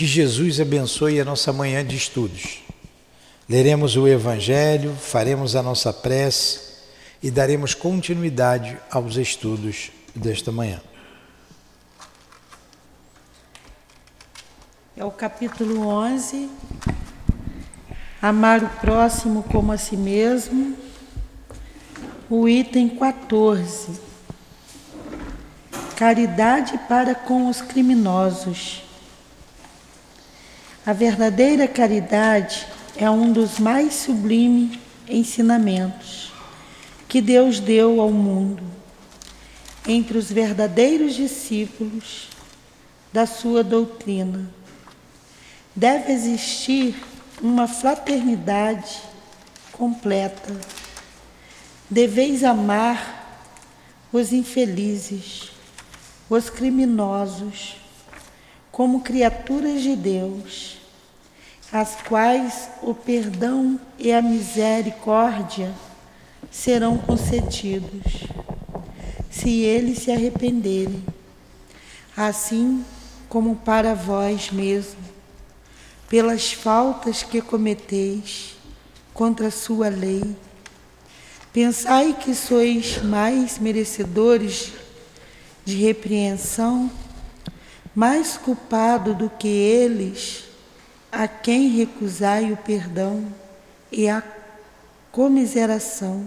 Que Jesus abençoe a nossa manhã de estudos. Leremos o Evangelho, faremos a nossa prece e daremos continuidade aos estudos desta manhã. É o capítulo 11, amar o próximo como a si mesmo, o item 14, caridade para com os criminosos. A verdadeira caridade é um dos mais sublimes ensinamentos que Deus deu ao mundo. Entre os verdadeiros discípulos da sua doutrina, deve existir uma fraternidade completa. Deveis amar os infelizes, os criminosos, como criaturas de Deus, às quais o perdão e a misericórdia serão concedidos, se eles se arrependerem, assim como para vós mesmos, pelas faltas que cometeis contra a sua lei. Pensai que sois mais merecedores de repreensão, mais culpado do que eles, a quem recusai o perdão e a comiseração.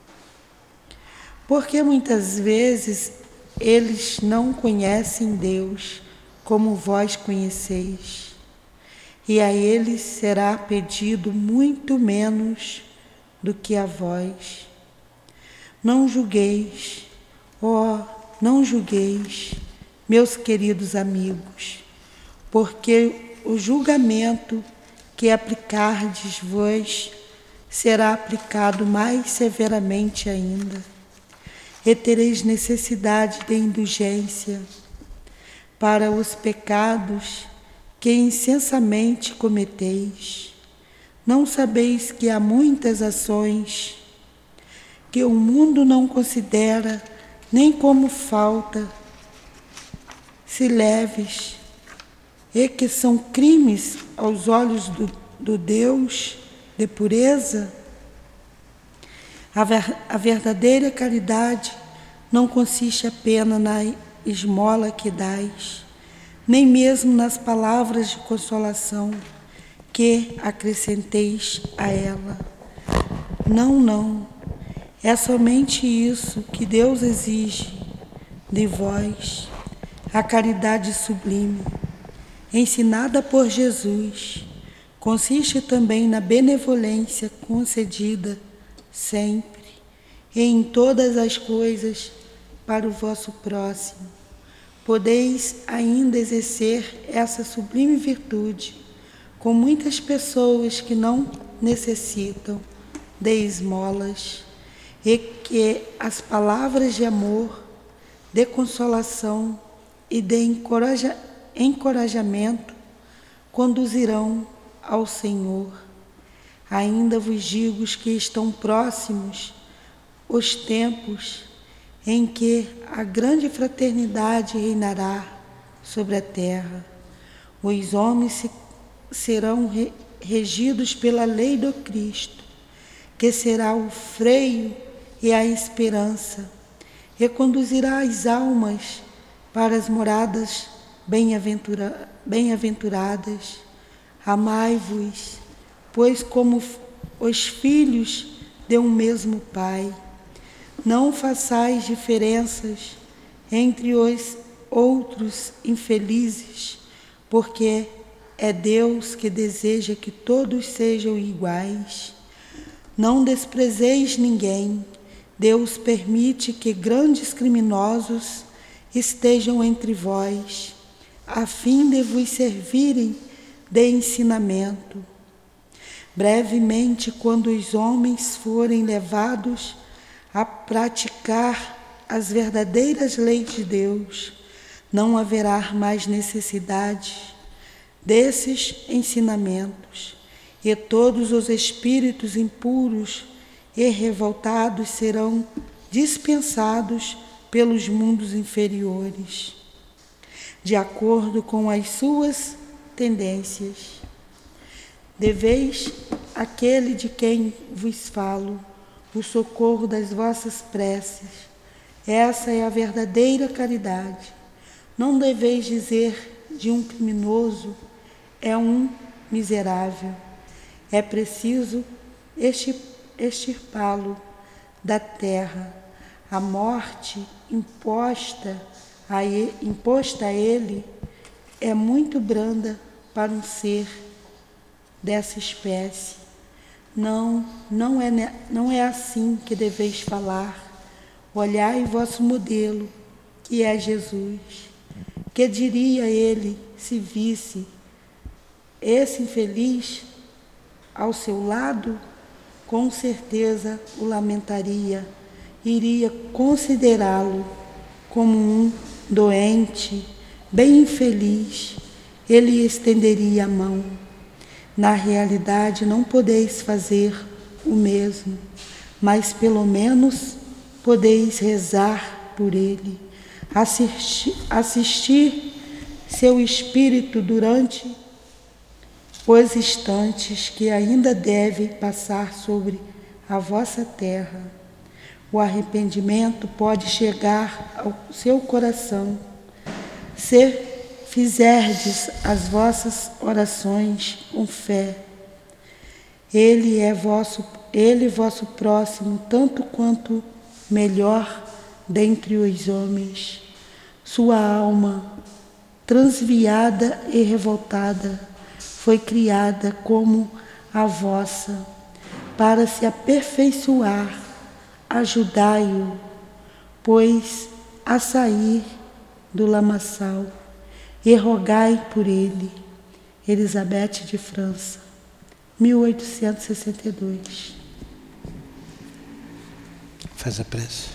Porque muitas vezes eles não conhecem Deus como vós conheceis, e a eles será pedido muito menos do que a vós. Não julgueis, não julgueis, meus queridos amigos, porque o julgamento que aplicardes vós será aplicado mais severamente ainda, e tereis necessidade de indulgência para os pecados que insensamente cometeis. Não sabeis que há muitas ações que o mundo não considera nem como falta, se leves, e que são crimes aos olhos do Deus de pureza? A verdadeira caridade não consiste apenas na esmola que dais, nem mesmo nas palavras de consolação que acrescenteis a ela. Não. É somente isso que Deus exige de vós, a caridade sublime, ensinada por Jesus. Consiste também na benevolência concedida sempre e em todas as coisas para o vosso próximo. Podeis ainda exercer essa sublime virtude com muitas pessoas que não necessitam de esmolas e que as palavras de amor, de consolação e de encorajamento conduzirão ao Senhor. Ainda vos digo que estão próximos os tempos em que a grande fraternidade reinará sobre a terra. Os homens serão regidos pela lei do Cristo, que será o freio e a esperança, e conduzirá as almas para as moradas bem-aventuradas. Amai-vos, pois como os filhos de um mesmo Pai. Não façais diferenças entre os outros infelizes, porque é Deus que deseja que todos sejam iguais. Não desprezeis ninguém. Deus permite que grandes criminosos estejam entre vós, a fim de vos servirem de ensinamento. Brevemente, quando os homens forem levados a praticar as verdadeiras leis de Deus, não haverá mais necessidade desses ensinamentos, e todos os espíritos impuros e revoltados serão dispensados pelos mundos inferiores, de acordo com as suas tendências. Deveis àquele de quem vos falo o socorro das vossas preces. Essa é a verdadeira caridade. Não deveis dizer de um criminoso, é um miserável. É preciso extirpá-lo da terra. A morte imposta a ele é muito branda para um ser dessa espécie. Não é assim que deveis falar. Olhai vosso modelo, que é Jesus. Que diria ele se visse esse infeliz ao seu lado? Com certeza o lamentaria, iria considerá-lo como um doente, bem infeliz. Ele estenderia a mão. Na realidade, não podeis fazer o mesmo, mas pelo menos podeis rezar por ele, assistir seu espírito durante os instantes que ainda deve passar sobre a vossa terra. O arrependimento pode chegar ao seu coração, se fizerdes as vossas orações com fé. Ele vosso próximo, tanto quanto melhor dentre os homens. Sua alma, transviada e revoltada, foi criada como a vossa, para se aperfeiçoar. Ajudai-o, pois, a sair do lamaçal, e rogai por ele. Elizabeth de França, 1862. Faz a prece.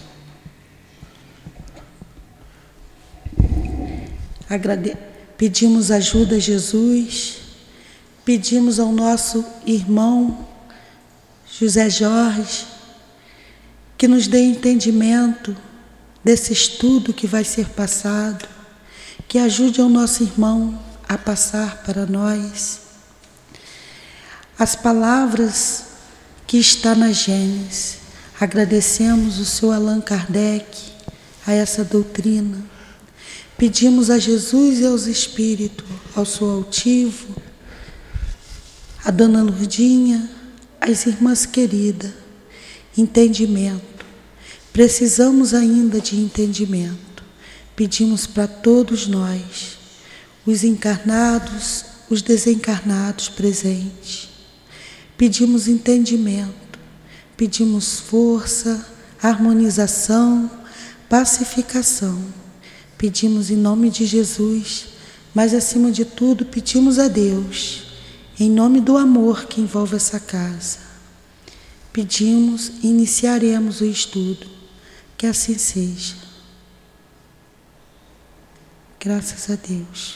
Pedimos ajuda a Jesus, pedimos ao nosso irmão José Jorge que nos dê entendimento desse estudo que vai ser passado, que ajude ao nosso irmão a passar para nós as palavras que está na Gênesis. Agradecemos o Sr. Allan Kardec a essa doutrina. Pedimos a Jesus e aos Espíritos, ao Sr. Altivo, a Dona Lurdinha, as irmãs queridas, entendimento. Precisamos ainda de entendimento. Pedimos para todos nós, os encarnados, os desencarnados presentes. Pedimos entendimento, pedimos força, harmonização, pacificação. Pedimos em nome de Jesus, mas acima de tudo pedimos a Deus, em nome do amor que envolve essa casa. Pedimos e iniciaremos o estudo, que assim seja. Graças a Deus.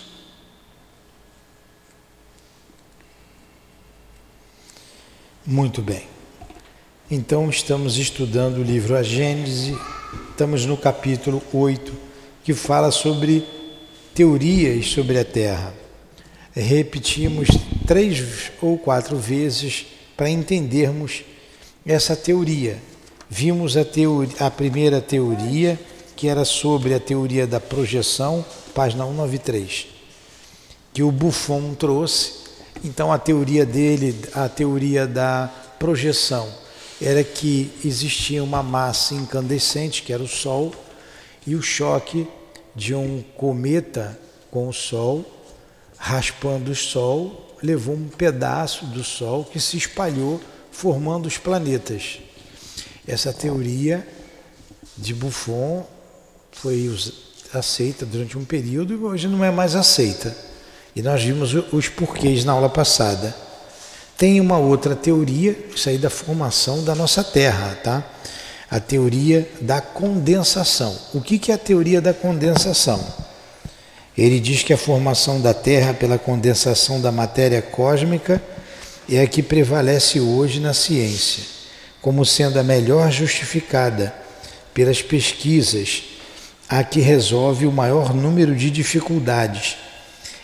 Muito bem. Então estamos estudando o livro A Gênese, estamos no capítulo 8, que fala sobre teorias sobre a Terra. Repetimos 3 ou 4 vezes para entendermos essa teoria. Vimos a primeira teoria, que era sobre a teoria da projeção, página 193, que o Buffon trouxe. Então a teoria dele, a teoria da projeção, era que existia uma massa incandescente, que era o Sol, e o choque de um cometa com o Sol, raspando o Sol, levou um pedaço do Sol que se espalhou, formando os planetas. Essa teoria de Buffon foi aceita durante um período e hoje não é mais aceita. E nós vimos os porquês na aula passada. Tem uma outra teoria, isso aí da formação da nossa Terra, tá? A teoria da condensação. O que é a teoria da condensação? Ele diz que a formação da Terra pela condensação da matéria cósmica é a que prevalece hoje na ciência, como sendo a melhor justificada pelas pesquisas, a que resolve o maior número de dificuldades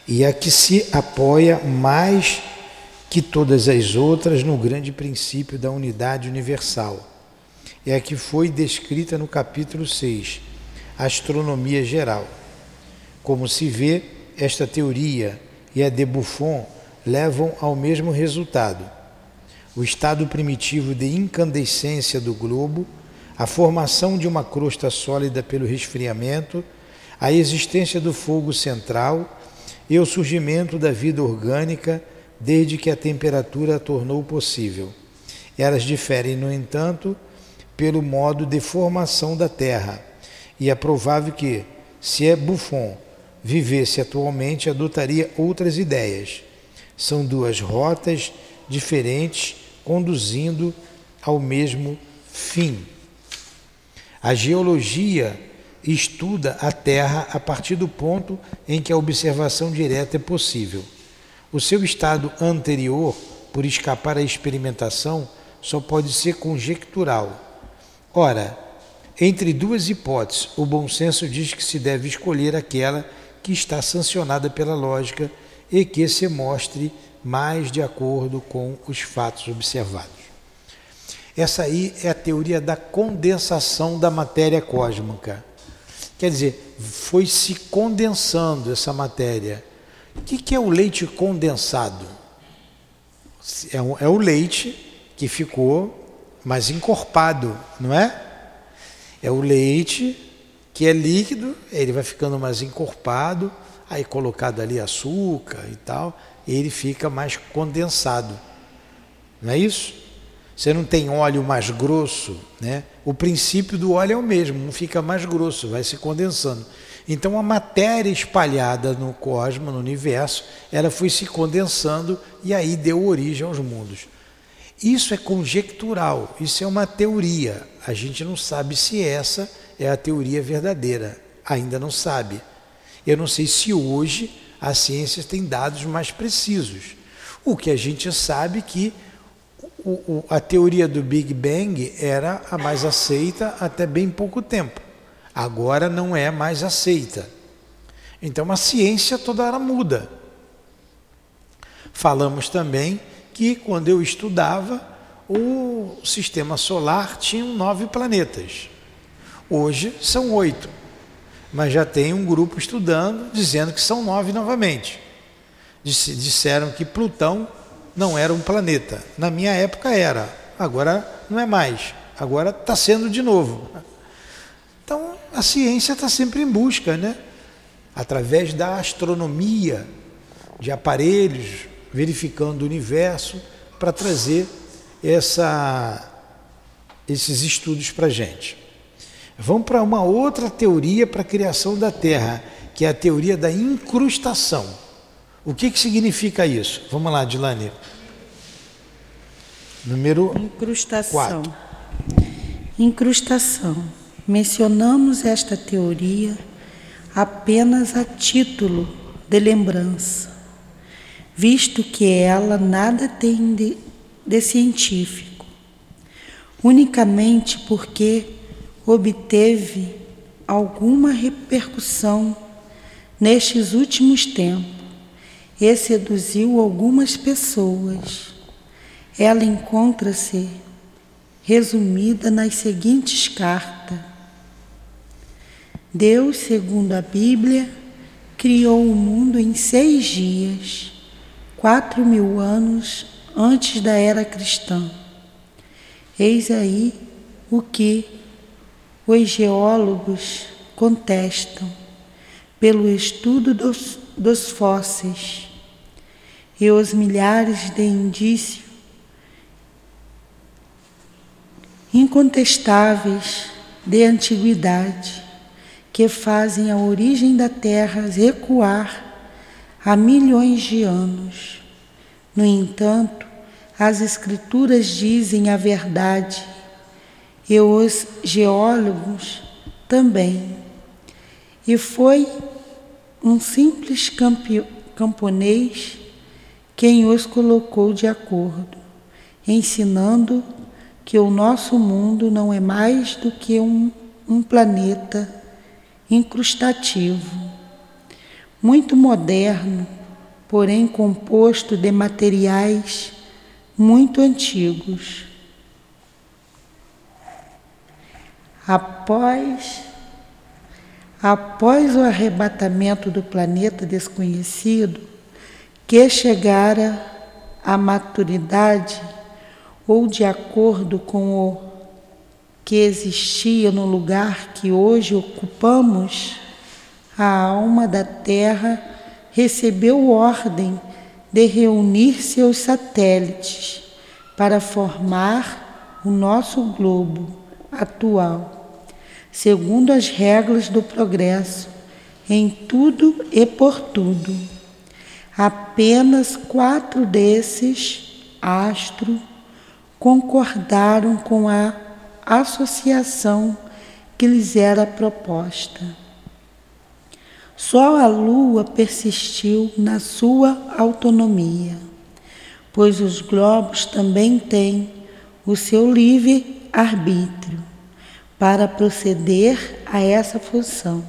e a que se apoia mais que todas as outras no grande princípio da unidade universal. É a que foi descrita no capítulo 6, Astronomia Geral. Como se vê, esta teoria e a de Buffon levam ao mesmo resultado. O estado primitivo de incandescência do globo, a formação de uma crosta sólida pelo resfriamento, a existência do fogo central e o surgimento da vida orgânica desde que a temperatura a tornou possível. Elas diferem, no entanto, pelo modo de formação da Terra, e é provável que, se Buffon vivesse atualmente, adotaria outras ideias. São duas rotas diferentes conduzindo ao mesmo fim. A geologia estuda a Terra a partir do ponto em que a observação direta é possível. O seu estado anterior, por escapar à experimentação, só pode ser conjectural. Ora, entre duas hipóteses, o bom senso diz que se deve escolher aquela que está sancionada pela lógica e que se mostre mais de acordo com os fatos observados. Essa aí é a teoria da condensação da matéria cósmica. Quer dizer, foi se condensando essa matéria. O que é o leite condensado? É o leite que ficou mais encorpado, não é? É o leite que é líquido, ele vai ficando mais encorpado, aí colocado ali açúcar e tal, e ele fica mais condensado. Não é isso? Você não tem óleo mais grosso, né? O princípio do óleo é o mesmo, não fica mais grosso, vai se condensando. Então a matéria espalhada no cosmos, no universo, ela foi se condensando e aí deu origem aos mundos. Isso é conjectural, isso é uma teoria. A gente não sabe se essa é a teoria verdadeira, ainda não sabe. Eu não sei se hoje a ciência tem dados mais precisos. O que a gente sabe é que a teoria do Big Bang era a mais aceita até bem pouco tempo. Agora não é mais aceita. Então a ciência toda hora muda. Falamos também que quando eu estudava, o sistema solar tinha 9 planetas. Hoje são 8. Mas já tem um grupo estudando, dizendo que são 9 novamente. Disseram que Plutão não era um planeta. Na minha época era, agora não é mais. Agora está sendo de novo. Então a ciência está sempre em busca, né? Através da astronomia, de aparelhos, verificando o universo, para trazer esses estudos para a gente. Vamos para uma outra teoria para a criação da Terra, que é a teoria da incrustação. O que significa isso? Vamos lá, Dilane. Número incrustação. 4. Incrustação. Mencionamos esta teoria apenas a título de lembrança, visto que ela nada tem de científico, unicamente porque obteve alguma repercussão nestes últimos tempos e seduziu algumas pessoas. Ela encontra-se resumida nas seguintes cartas. Deus, segundo a Bíblia, criou o mundo em 6 dias, 4.000 anos antes da era cristã. Eis aí o que os geólogos contestam pelo estudo dos fósseis e os milhares de indícios incontestáveis de antiguidade que fazem a origem da Terra recuar há milhões de anos. No entanto, as Escrituras dizem a verdade e os geólogos também. E foi um simples camponês quem os colocou de acordo, ensinando que o nosso mundo não é mais do que um planeta incrustativo, muito moderno porém composto de materiais muito antigos. Após o arrebatamento do planeta desconhecido, que chegara à maturidade, ou de acordo com o que existia no lugar que hoje ocupamos, a alma da Terra recebeu ordem de reunir seus satélites para formar o nosso globo atual, segundo as regras do progresso, em tudo e por tudo. Apenas 4 desses astros concordaram com a associação que lhes era proposta. Só a Lua persistiu na sua autonomia, pois os globos também têm o seu livre-arbítrio para proceder a essa fusão.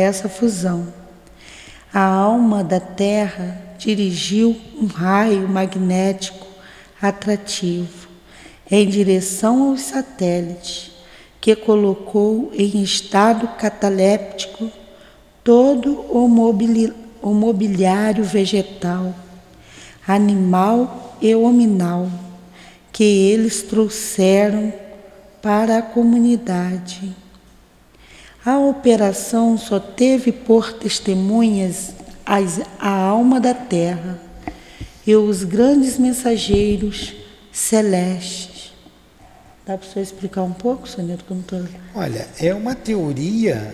A alma da Terra dirigiu um raio magnético atrativo em direção aos satélites, que colocou em estado cataléptico todo o mobiliário vegetal, animal e hominal que eles trouxeram para a comunidade. A operação só teve por testemunhas a alma da Terra e os grandes mensageiros celestes. Dá para você explicar um pouco, Soneto? Olha, é uma teoria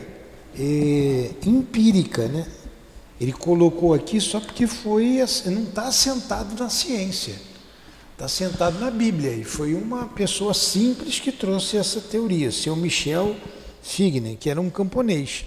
empírica, né? Ele colocou aqui só porque não está assentado na ciência, está assentado na Bíblia, e foi uma pessoa simples que trouxe essa teoria, seu Michel Figner, que era um camponês,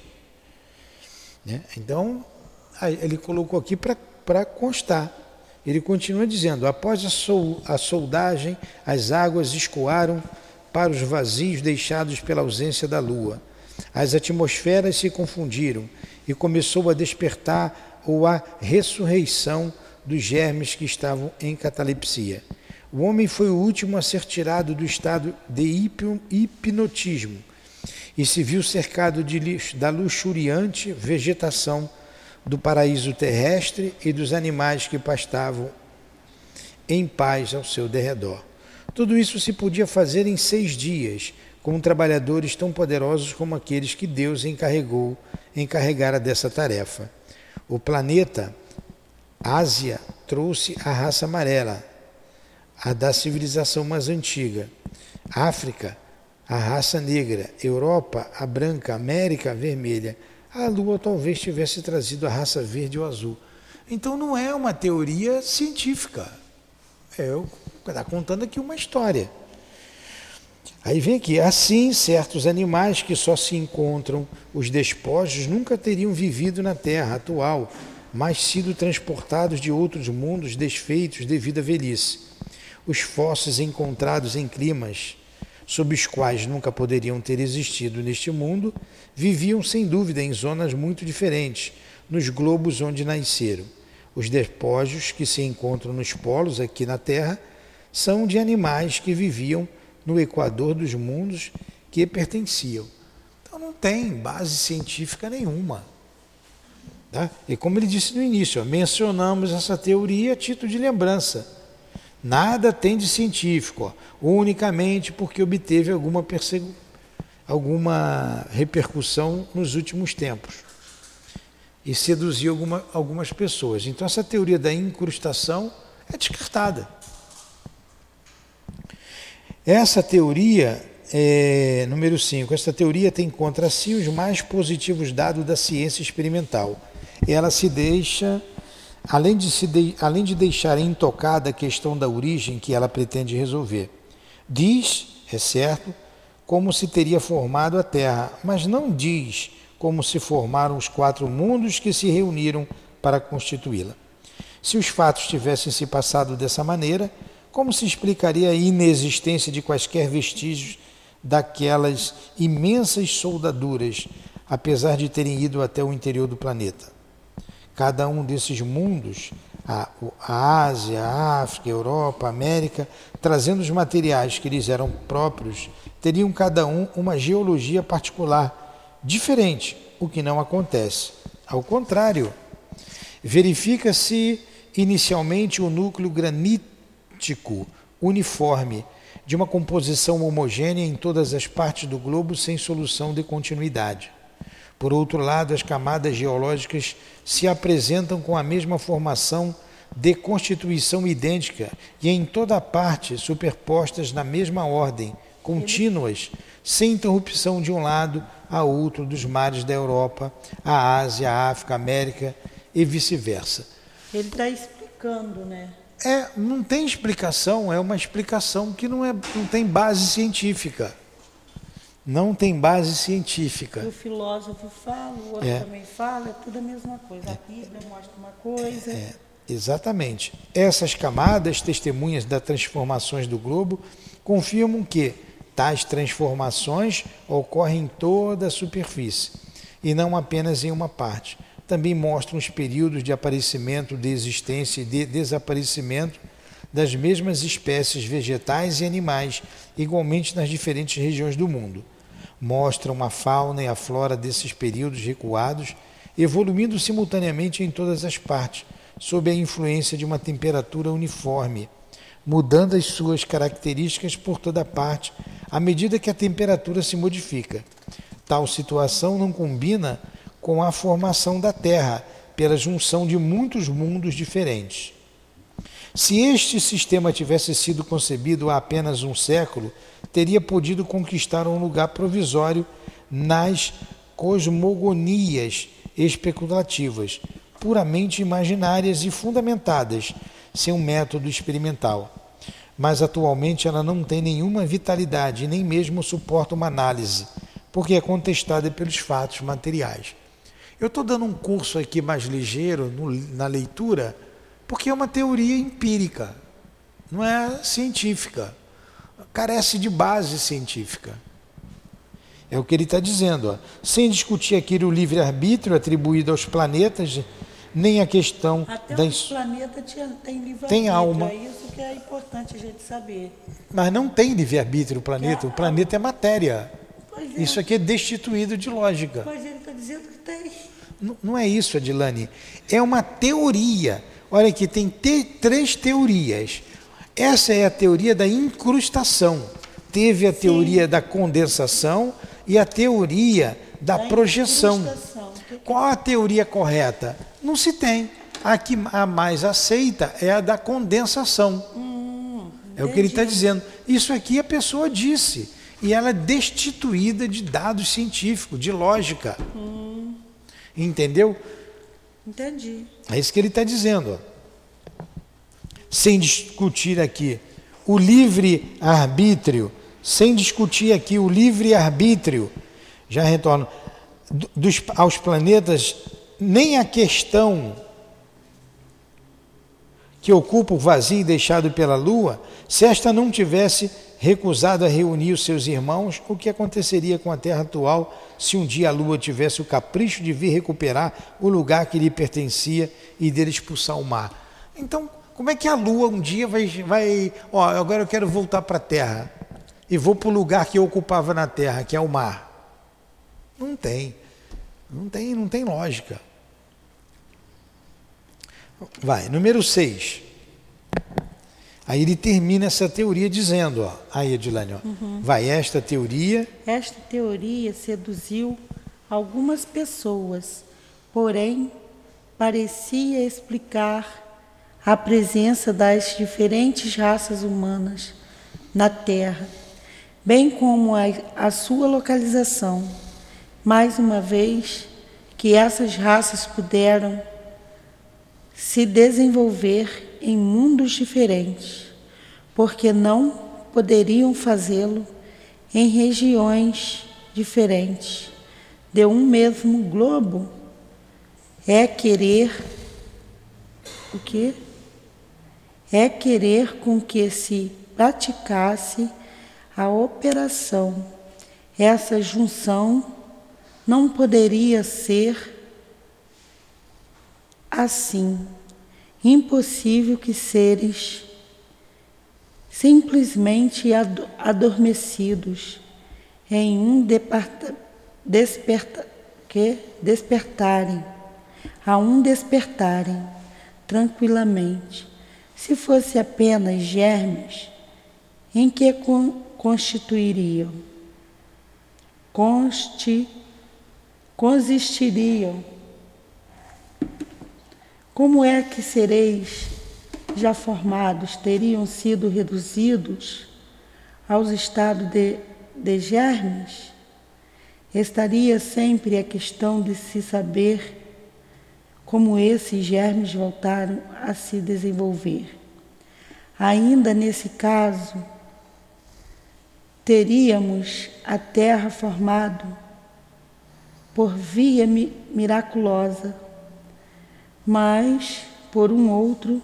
né? Então, ele colocou aqui para constar. Ele continua dizendo: após a soldagem, as águas escoaram para os vazios deixados pela ausência da Lua. As atmosferas se confundiram e começou a despertar ou a ressurreição dos germes que estavam em catalepsia. O homem foi o último a ser tirado do estado de hipnotismo e se viu cercado da luxuriante vegetação do paraíso terrestre e dos animais que pastavam em paz ao seu derredor. Tudo isso se podia fazer em 6 dias, com trabalhadores tão poderosos como aqueles que Deus encarregara dessa tarefa. O planeta Ásia trouxe a raça amarela, a da civilização mais antiga. África, a raça negra. Europa, a branca. América, a vermelha. A Lua talvez tivesse trazido a raça verde ou azul. Então não é uma teoria científica. Está contando aqui uma história. Aí vem aqui: assim, certos animais que só se encontram os despojos nunca teriam vivido na Terra atual, mas sido transportados de outros mundos desfeitos devido à velhice. Os fósseis encontrados em climas sob os quais nunca poderiam ter existido neste mundo, viviam sem dúvida em zonas muito diferentes, nos globos onde nasceram. Os despojos que se encontram nos polos aqui na Terra são de animais que viviam no equador dos mundos que pertenciam. Então não tem base científica nenhuma. Tá? E como ele disse no início, mencionamos essa teoria a título de lembrança. Nada tem de científico, unicamente porque obteve alguma repercussão nos últimos tempos e seduziu algumas pessoas. Então essa teoria da incrustação é descartada. Essa teoria, número 5, essa teoria tem contra si os mais positivos dados da ciência experimental. Ela se deixa, além de deixar intocada a questão da origem que ela pretende resolver. Diz, é certo, como se teria formado a Terra, mas não diz como se formaram os 4 mundos que se reuniram para constituí-la. Se os fatos tivessem se passado dessa maneira, como se explicaria a inexistência de quaisquer vestígios daquelas imensas soldaduras, apesar de terem ido até o interior do planeta? Cada um desses mundos a Ásia, a África, a Europa, a América, trazendo os materiais que lhes eram próprios, teriam cada um uma geologia particular, diferente, o que não acontece. Ao contrário, verifica-se inicialmente o núcleo granítico uniforme, de uma composição homogênea em todas as partes do globo sem solução de continuidade. Por outro lado, as camadas geológicas se apresentam com a mesma formação de constituição idêntica e em toda a parte superpostas na mesma ordem, contínuas, sem interrupção de um lado a outro dos mares da Europa, a Ásia, a África, a América e vice-versa. Ele está explicando, né? Não tem explicação, é uma explicação que não tem base científica. Não tem base científica. O filósofo fala, o outro também fala, é tudo a mesma coisa. A Bíblia mostra uma coisa. Exatamente. Essas camadas, testemunhas das transformações do globo, confirmam que tais transformações ocorrem em toda a superfície, e não apenas em uma parte. Também mostram os períodos de aparecimento, de existência e de desaparecimento das mesmas espécies vegetais e animais, igualmente nas diferentes regiões do mundo. Mostram a fauna e a flora desses períodos recuados, evoluindo simultaneamente em todas as partes, sob a influência de uma temperatura uniforme, mudando as suas características por toda parte, à medida que a temperatura se modifica. Tal situação não combina com a formação da Terra, pela junção de muitos mundos diferentes. Se este sistema tivesse sido concebido há apenas um século, teria podido conquistar um lugar provisório nas cosmogonias especulativas, puramente imaginárias e fundamentadas, sem um método experimental. Mas atualmente ela não tem nenhuma vitalidade e nem mesmo suporta uma análise, porque é contestada pelos fatos materiais. Eu estou dando um curso aqui mais ligeiro na leitura, porque é uma teoria empírica, não é científica, carece de base científica. É o que ele está dizendo, ó. Sem discutir aqui o livre-arbítrio atribuído aos planetas, nem a questão até os planetas tem livre-arbítrio, tem alma. É isso que é importante a gente saber. Mas não tem livre-arbítrio o planeta é matéria. Isso aqui é destituído de lógica. Mas ele está dizendo que tem. Não é isso, Adilane. É uma teoria. Olha aqui, tem três teorias. Essa é a teoria da incrustação. Teve a teoria da condensação e a teoria da projeção. Qual a teoria correta? Não se tem. A que a mais aceita é a da condensação. É o que ele está dizendo. Isso aqui a pessoa disse. E ela é destituída de dados científicos, de lógica. Entendeu? Entendi. É isso que ele está dizendo. Ó. Sem discutir aqui o livre-arbítrio, sem discutir aqui o livre-arbítrio, já retorno, aos planetas, nem a questão que ocupa o vazio deixado pela Lua, se esta não tivesse recusado a reunir os seus irmãos, o que aconteceria com a Terra atual se um dia a Lua tivesse o capricho de vir recuperar o lugar que lhe pertencia e dele expulsar o mar? Então, como é que a Lua um dia vai agora eu quero voltar para a Terra e vou para o lugar que eu ocupava na Terra, que é o mar? Não tem lógica. Vai, número 6. Aí ele termina essa teoria dizendo, ó, aí Adilane, vai, esta teoria seduziu algumas pessoas, porém parecia explicar a presença das diferentes raças humanas na Terra, bem como a sua localização. Mais uma vez que essas raças puderam se desenvolver em mundos diferentes, porque não poderiam fazê-lo em regiões diferentes de um mesmo globo. É querer o quê? É querer com que se praticasse a operação. Essa junção não poderia ser assim. Impossível que seres simplesmente adormecidos em um despertarem tranquilamente. Se fosse apenas germes, em que constituiriam? Consistiriam. Como é que seres já formados teriam sido reduzidos aos estados de germes? Estaria sempre a questão de se saber como esses germes voltaram a se desenvolver. Ainda nesse caso, teríamos a Terra formada por via miraculosa, mas por um outro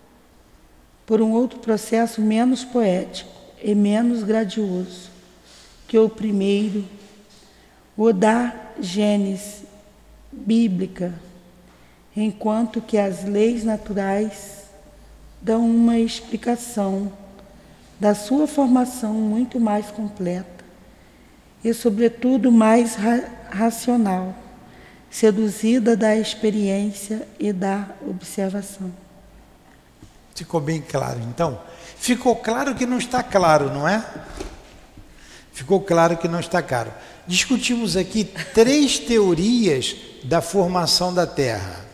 processo menos poético e menos grandioso que o primeiro, o da gênese bíblica, enquanto que as leis naturais dão uma explicação da sua formação muito mais completa e, sobretudo, mais racional, seduzida da experiência e da observação. Ficou bem claro, então? Ficou claro que não está claro, não é? Ficou claro que não está claro. Discutimos aqui 3 teorias da formação da Terra.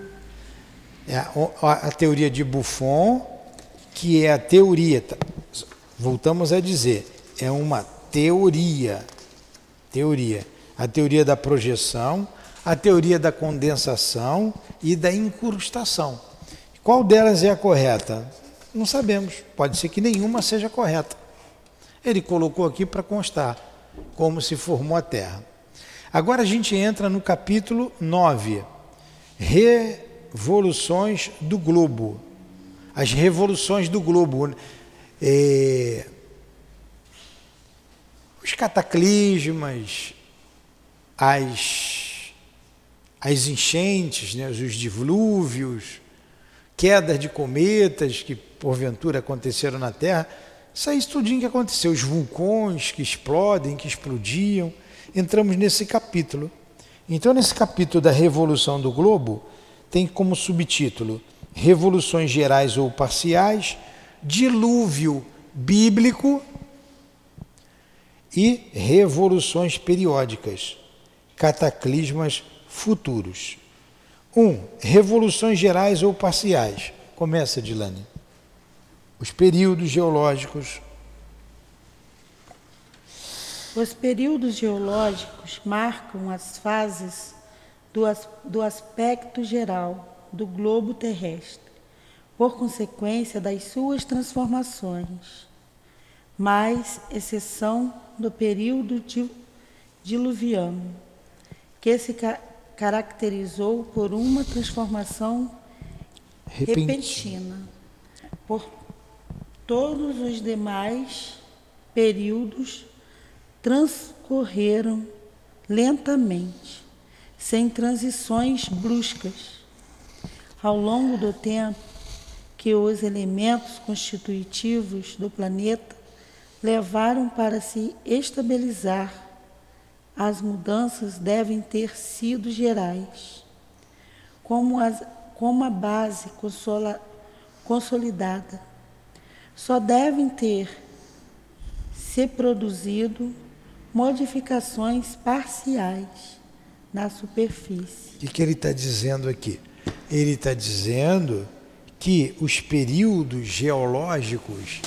A teoria de Buffon, que é a teoria, voltamos a dizer, é uma teoria. A teoria da projeção, a teoria da condensação e da incrustação. Qual delas é a correta? Não sabemos, pode ser que nenhuma seja correta. Ele colocou aqui para constar como se formou a Terra. Agora a gente entra no capítulo 9, revoluções do globo. As revoluções do globo. Os cataclismas, as enchentes, né, os dilúvios, quedas de cometas que porventura aconteceram na Terra, isso tudinho que aconteceu, os vulcões que explodem, que explodiam, entramos nesse capítulo. Então, nesse capítulo da Revolução do Globo, tem como subtítulo Revoluções Gerais ou Parciais, Dilúvio Bíblico e Revoluções Periódicas, Cataclismas Futuros. 1. Revoluções gerais ou parciais. Começa, Dilane. Os períodos geológicos. Os períodos geológicos marcam as fases do aspecto geral do globo terrestre, por consequência das suas transformações, mais exceção do período diluviano, que se caracterizou por uma transformação repentina. Por todos os demais períodos transcorreram lentamente, sem transições bruscas. Ao longo do tempo que os elementos constitutivos do planeta levaram para se estabilizar, as mudanças devem ter sido gerais, como a base consolidada. Só devem ter se produzido modificações parciais na superfície. O que ele está dizendo aqui? Ele está dizendo que os períodos geológicos,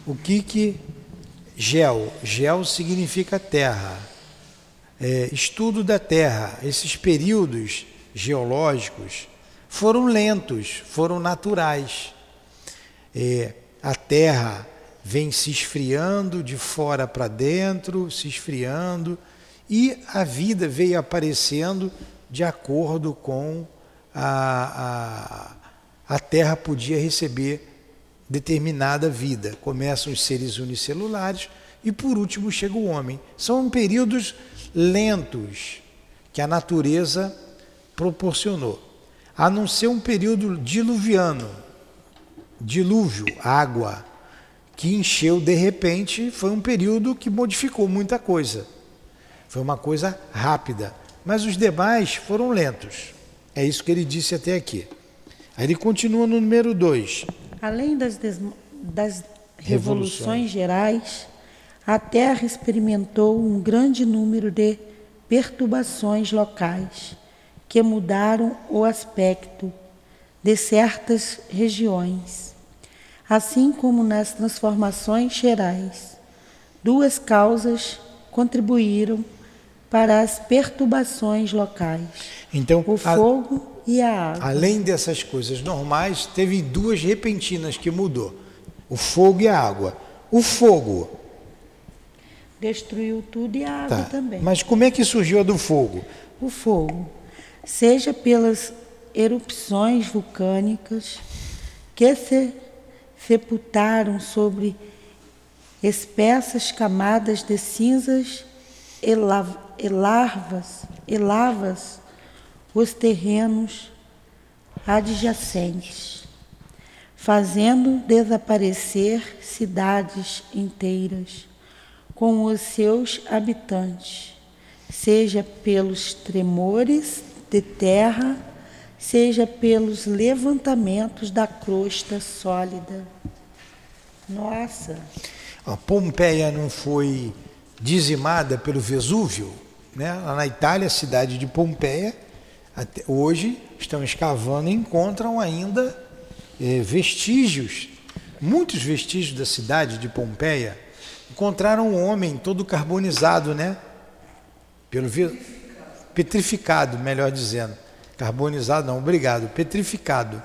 geo significa terra, estudo da terra, esses períodos geológicos foram lentos, foram naturais. A terra vem se esfriando de fora para dentro, se esfriando, e a vida veio aparecendo de acordo com a terra podia receber determinada vida. Começam os seres unicelulares e por último chega o homem. São períodos lentos que a natureza proporcionou. a não ser um período diluviano, dilúvio, água, que encheu de repente, foi um período que modificou muita coisa. Foi uma coisa rápida, mas os demais foram lentos. É isso que ele disse até aqui. Aí ele continua no número 2. Além das revoluções gerais, a Terra experimentou um grande número de perturbações locais que mudaram o aspecto de certas regiões. Assim como nas transformações gerais, duas causas contribuíram para as perturbações locais: então, o fogo e a água. Além dessas coisas normais, teve duas repentinas que mudou: o fogo e a água. O fogo destruiu tudo, e a água também. Mas como é que surgiu a do fogo? O fogo, seja pelas erupções vulcânicas que se sepultaram sobre espessas camadas de cinzas e lavas os terrenos adjacentes, fazendo desaparecer cidades inteiras com os seus habitantes, seja pelos tremores de terra, seja pelos levantamentos da crosta sólida. Nossa! A Pompeia não foi dizimada pelo Vesúvio, né? Lá na Itália, a cidade de Pompeia, até hoje estão escavando e encontram ainda vestígios, muitos vestígios da cidade de Pompeia. Encontraram um homem todo carbonizado, né? Petrificado, melhor dizendo. Carbonizado não, obrigado, petrificado.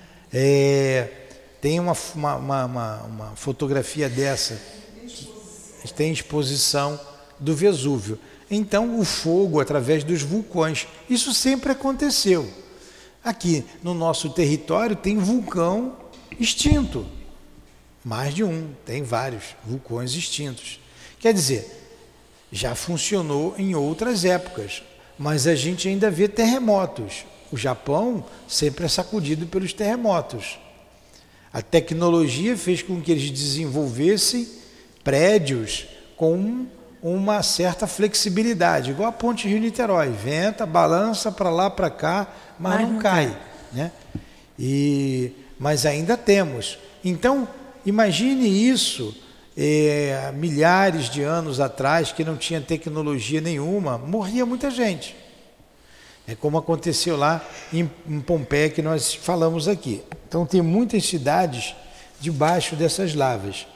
Tem uma fotografia dessa, que tem exposição do Vesúvio. Então, o fogo através dos vulcões, isso sempre aconteceu. Aqui no nosso território tem vulcão extinto. Mais de um, tem vários vulcões extintos. Quer dizer, já funcionou em outras épocas, mas a gente ainda vê terremotos. O Japão sempre é sacudido pelos terremotos. A tecnologia fez com que eles desenvolvessem prédios com uma certa flexibilidade, igual a ponte Rio-Niterói, venta, balança para lá, para cá, mas não cai, né? Mas ainda temos. Então, imagine isso, milhares de anos atrás, que não tinha tecnologia nenhuma, morria muita gente. É como aconteceu lá em Pompeia, que nós falamos aqui. Então, tem muitas cidades debaixo dessas lavas.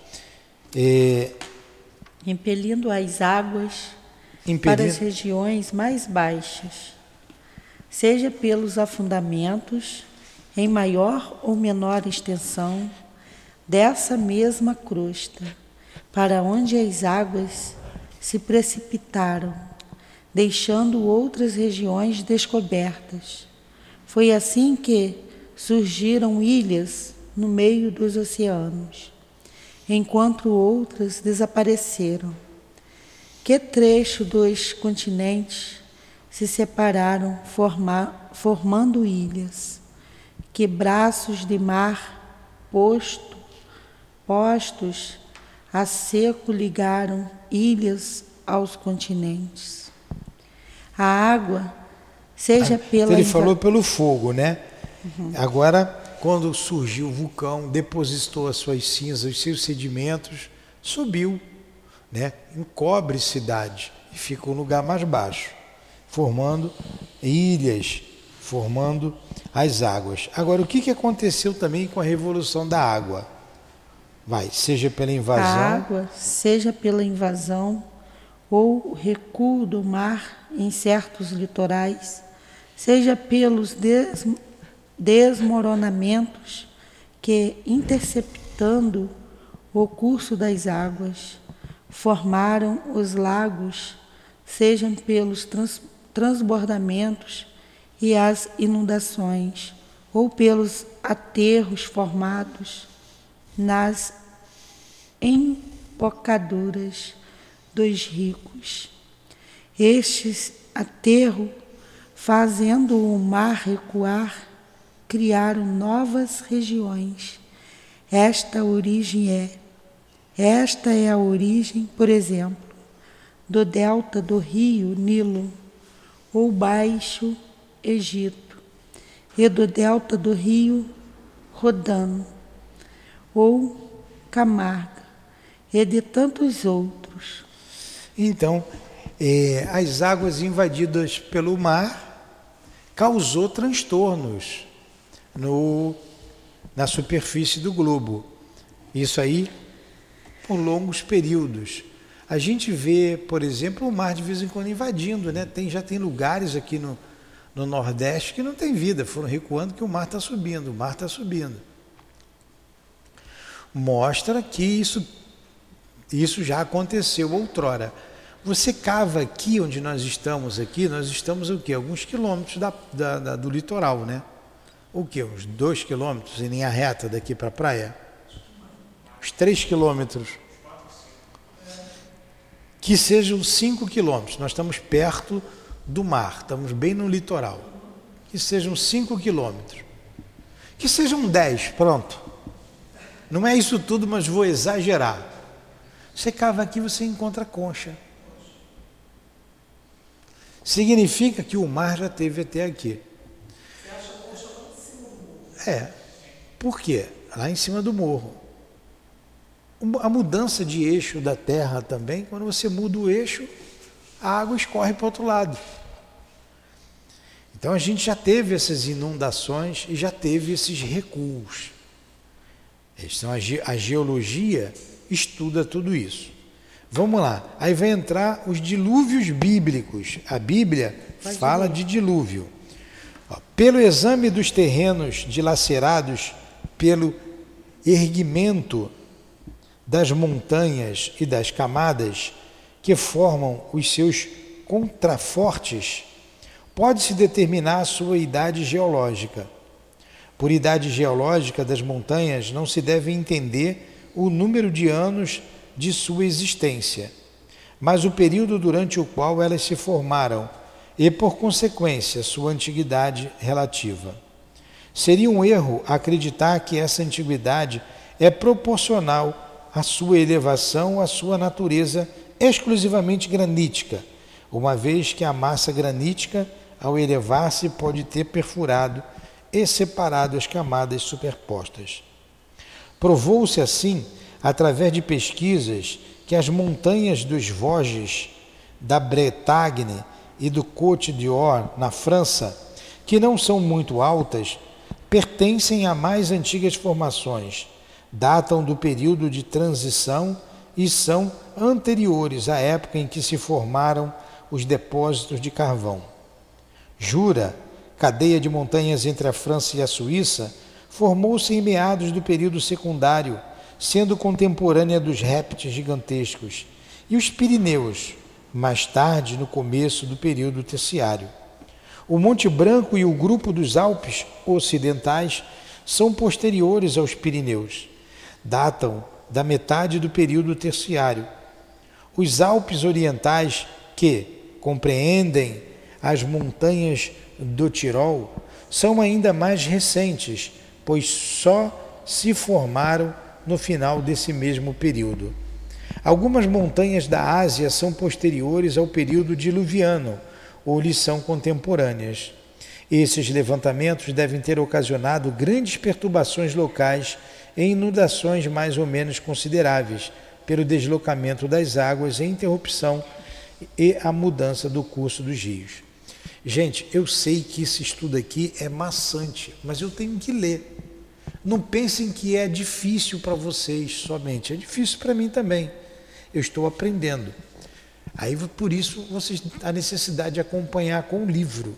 Impelindo as águas para as regiões mais baixas, seja pelos afundamentos, em maior ou menor extensão, dessa mesma crosta, para onde as águas se precipitaram, deixando outras regiões descobertas. Foi assim que surgiram ilhas no meio dos oceanos, enquanto outras desapareceram. Que trecho dos continentes se separaram, formando ilhas? Que braços de mar postos a seco ligaram ilhas aos continentes? A água, seja pela... Ele falou pelo fogo, né? Uhum. Agora, quando surgiu o vulcão, depositou as suas cinzas, os seus sedimentos, subiu, né? Encobre cidade e fica um lugar mais baixo, formando ilhas, formando as águas. Agora, o que aconteceu também com a revolução da água? Seja pela invasão... A água, seja pela invasão ou recuo do mar em certos litorais, seja pelos desmoronamentos que, interceptando o curso das águas, formaram os lagos, sejam pelos transbordamentos e as inundações, ou pelos aterros formados nas embocaduras dos ricos. Estes aterros, fazendo o mar recuar, criaram novas regiões. Esta é a origem, por exemplo, do delta do rio Nilo, ou Baixo Egito, e do delta do rio Rodano, ou Camarga, e de tantos outros. Então, as águas invadidas pelo mar causou transtornos na superfície do globo. Isso aí por longos períodos. A gente vê, por exemplo, o mar de vez em quando invadindo, né? Já tem lugares aqui no Nordeste que não tem vida, foram recuando que o mar está subindo, Mostra que isso já aconteceu outrora. Você cava aqui onde nós estamos o quê? Alguns quilômetros do litoral, né? O quê? Uns 2 quilômetros em linha reta daqui para a praia? Uns 3 quilômetros. Que sejam 5 quilômetros. Nós estamos perto do mar, estamos bem no litoral. Que sejam 5 quilômetros. Que sejam 10, pronto. Não é isso tudo, mas vou exagerar. Você cava aqui, você encontra concha. Significa que o mar já teve até aqui. Você acha a concha lá em cima do morro? Por quê? Lá em cima do morro. A mudança de eixo da terra também, quando você muda o eixo, a água escorre para o outro lado. Então a gente já teve essas inundações e já teve esses recuos. Então, a geologia estuda tudo isso. Vamos lá, aí vai entrar os dilúvios bíblicos. A Bíblia fala de dilúvio. Pelo exame dos terrenos dilacerados pelo erguimento das montanhas e das camadas que formam os seus contrafortes, pode-se determinar a sua idade geológica. Por idade geológica das montanhas não se deve entender o número de anos de sua existência, mas o período durante o qual elas se formaram e, por consequência, sua antiguidade relativa. Seria um erro acreditar que essa antiguidade é proporcional à sua elevação, à sua natureza exclusivamente granítica, uma vez que a massa granítica, ao elevar-se, pode ter perfurado e separado as camadas superpostas. Provou-se assim, através de pesquisas, que as montanhas dos Vosges, da Bretagne e do Côte d'Or, na França, que não são muito altas, pertencem a mais antigas formações, datam do período de transição e são anteriores à época em que se formaram os depósitos de carvão. Jura, cadeia de montanhas entre a França e a Suíça, formou-se em meados do período secundário, sendo contemporânea dos répteis gigantescos, e os Pirineus, mais tarde, no começo do período terciário. O Monte Branco e o grupo dos Alpes ocidentais são posteriores aos Pirineus. Datam da metade do período terciário. Os Alpes orientais, que compreendem as montanhas do Tirol, são ainda mais recentes, pois só se formaram no final desse mesmo período. Algumas montanhas da Ásia são posteriores ao período diluviano, ou lhes são contemporâneas. Esses levantamentos devem ter ocasionado grandes perturbações locais e inundações mais ou menos consideráveis, pelo deslocamento das águas e interrupção e a mudança do curso dos rios. Gente, eu sei que esse estudo aqui é maçante, mas eu tenho que ler. Não pensem que é difícil para vocês somente, é difícil para mim também. Eu estou aprendendo. Aí, por isso, vocês têm a necessidade de acompanhar com o livro.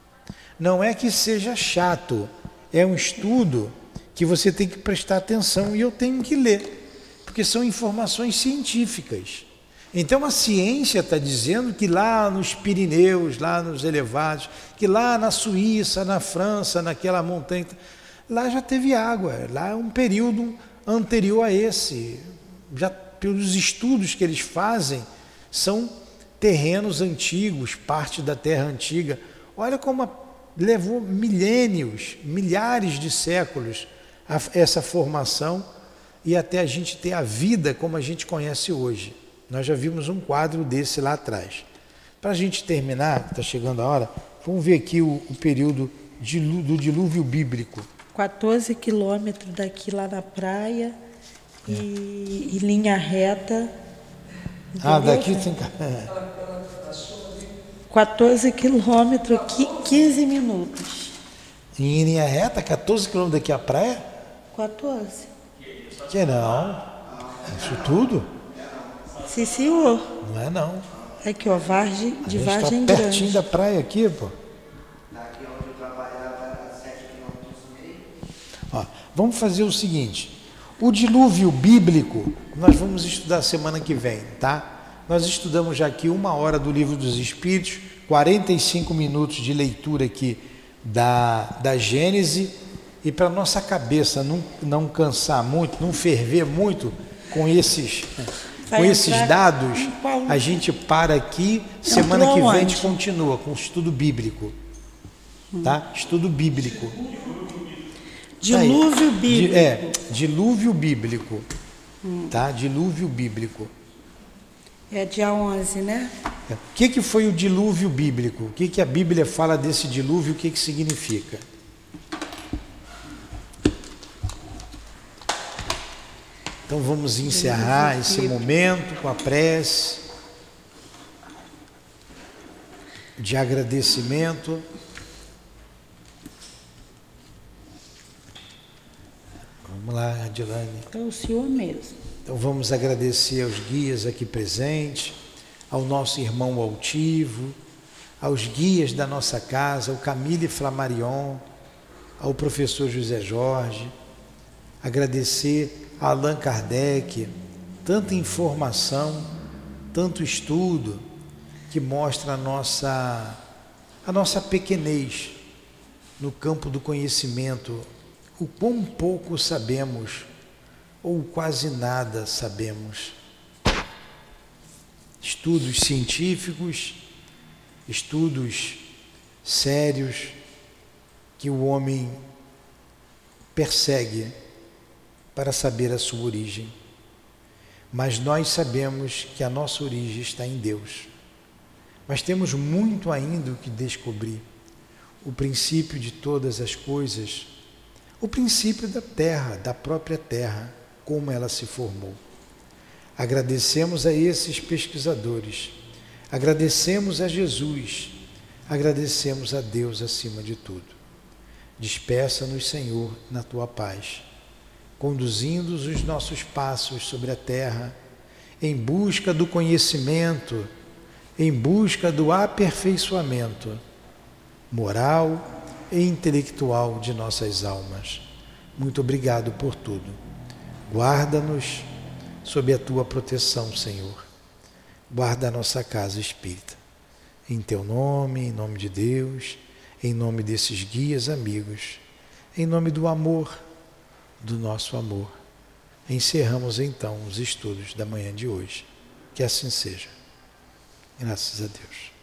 Não é que seja chato, é um estudo que você tem que prestar atenção e eu tenho que ler, porque são informações científicas. Então a ciência está dizendo que lá nos Pirineus, lá nos elevados, que lá na Suíça, na França, naquela montanha, lá já teve água, lá é um período anterior a esse. Já pelos estudos que eles fazem, são terrenos antigos, parte da terra antiga. Olha como levou milênios, milhares de séculos essa formação e até a gente ter a vida como a gente conhece hoje. Nós já vimos um quadro desse lá atrás. Para a gente terminar, está chegando a hora, vamos ver aqui o período do dilúvio bíblico. 14 quilômetros daqui lá na praia e linha reta. Ah, daqui tem... 14 quilômetros, 15 minutos. Em linha reta, 14 quilômetros daqui à praia? 14. Que não. Isso tudo? Sim, senhor. Não é não. Aqui, ó, Vargem A de gente Vargem tá Grande. pertinho da praia aqui, pô. Daqui onde eu trabalhava era 7,5 km. Ó, vamos fazer o seguinte. O dilúvio bíblico, nós vamos estudar semana que vem, tá? Nós estudamos já aqui 1 hora do Livro dos Espíritos, 45 minutos de leitura aqui da Gênese, e para nossa cabeça não cansar muito, não ferver muito com esses dados, a gente para aqui, semana que vem a gente continua com o estudo bíblico, tá? Estudo bíblico. Dilúvio bíblico. Dilúvio bíblico, tá? Dilúvio bíblico. É dia 11, né? O que foi o dilúvio bíblico? O que a Bíblia fala desse dilúvio? O que significa? Então vamos encerrar esse momento com a prece de agradecimento. Vamos lá, Adilane. É o senhor mesmo. Então vamos agradecer aos guias aqui presentes, ao nosso irmão altivo, aos guias da nossa casa, ao Camille Flammarion, ao professor José Jorge, agradecer a Allan Kardec, tanta informação, tanto estudo que mostra a nossa pequenez no campo do conhecimento, o quão pouco sabemos ou quase nada sabemos. Estudos científicos, estudos sérios que o homem persegue para saber a sua origem. Mas nós sabemos que a nossa origem está em Deus. Mas temos muito ainda o que descobrir. O princípio de todas as coisas, o princípio da terra, da própria terra, como ela se formou. Agradecemos a esses pesquisadores, agradecemos a Jesus, agradecemos a Deus acima de tudo. Despeça-nos, Senhor, na tua paz, conduzindo os nossos passos sobre a terra, em busca do conhecimento, em busca do aperfeiçoamento moral e intelectual de nossas almas. Muito obrigado por tudo. Guarda-nos sob a tua proteção, Senhor. Guarda a nossa casa espírita. Em teu nome, em nome de Deus, em nome desses guias amigos, em nome do amor, do nosso amor. Encerramos então os estudos da manhã de hoje. Que assim seja. Graças a Deus.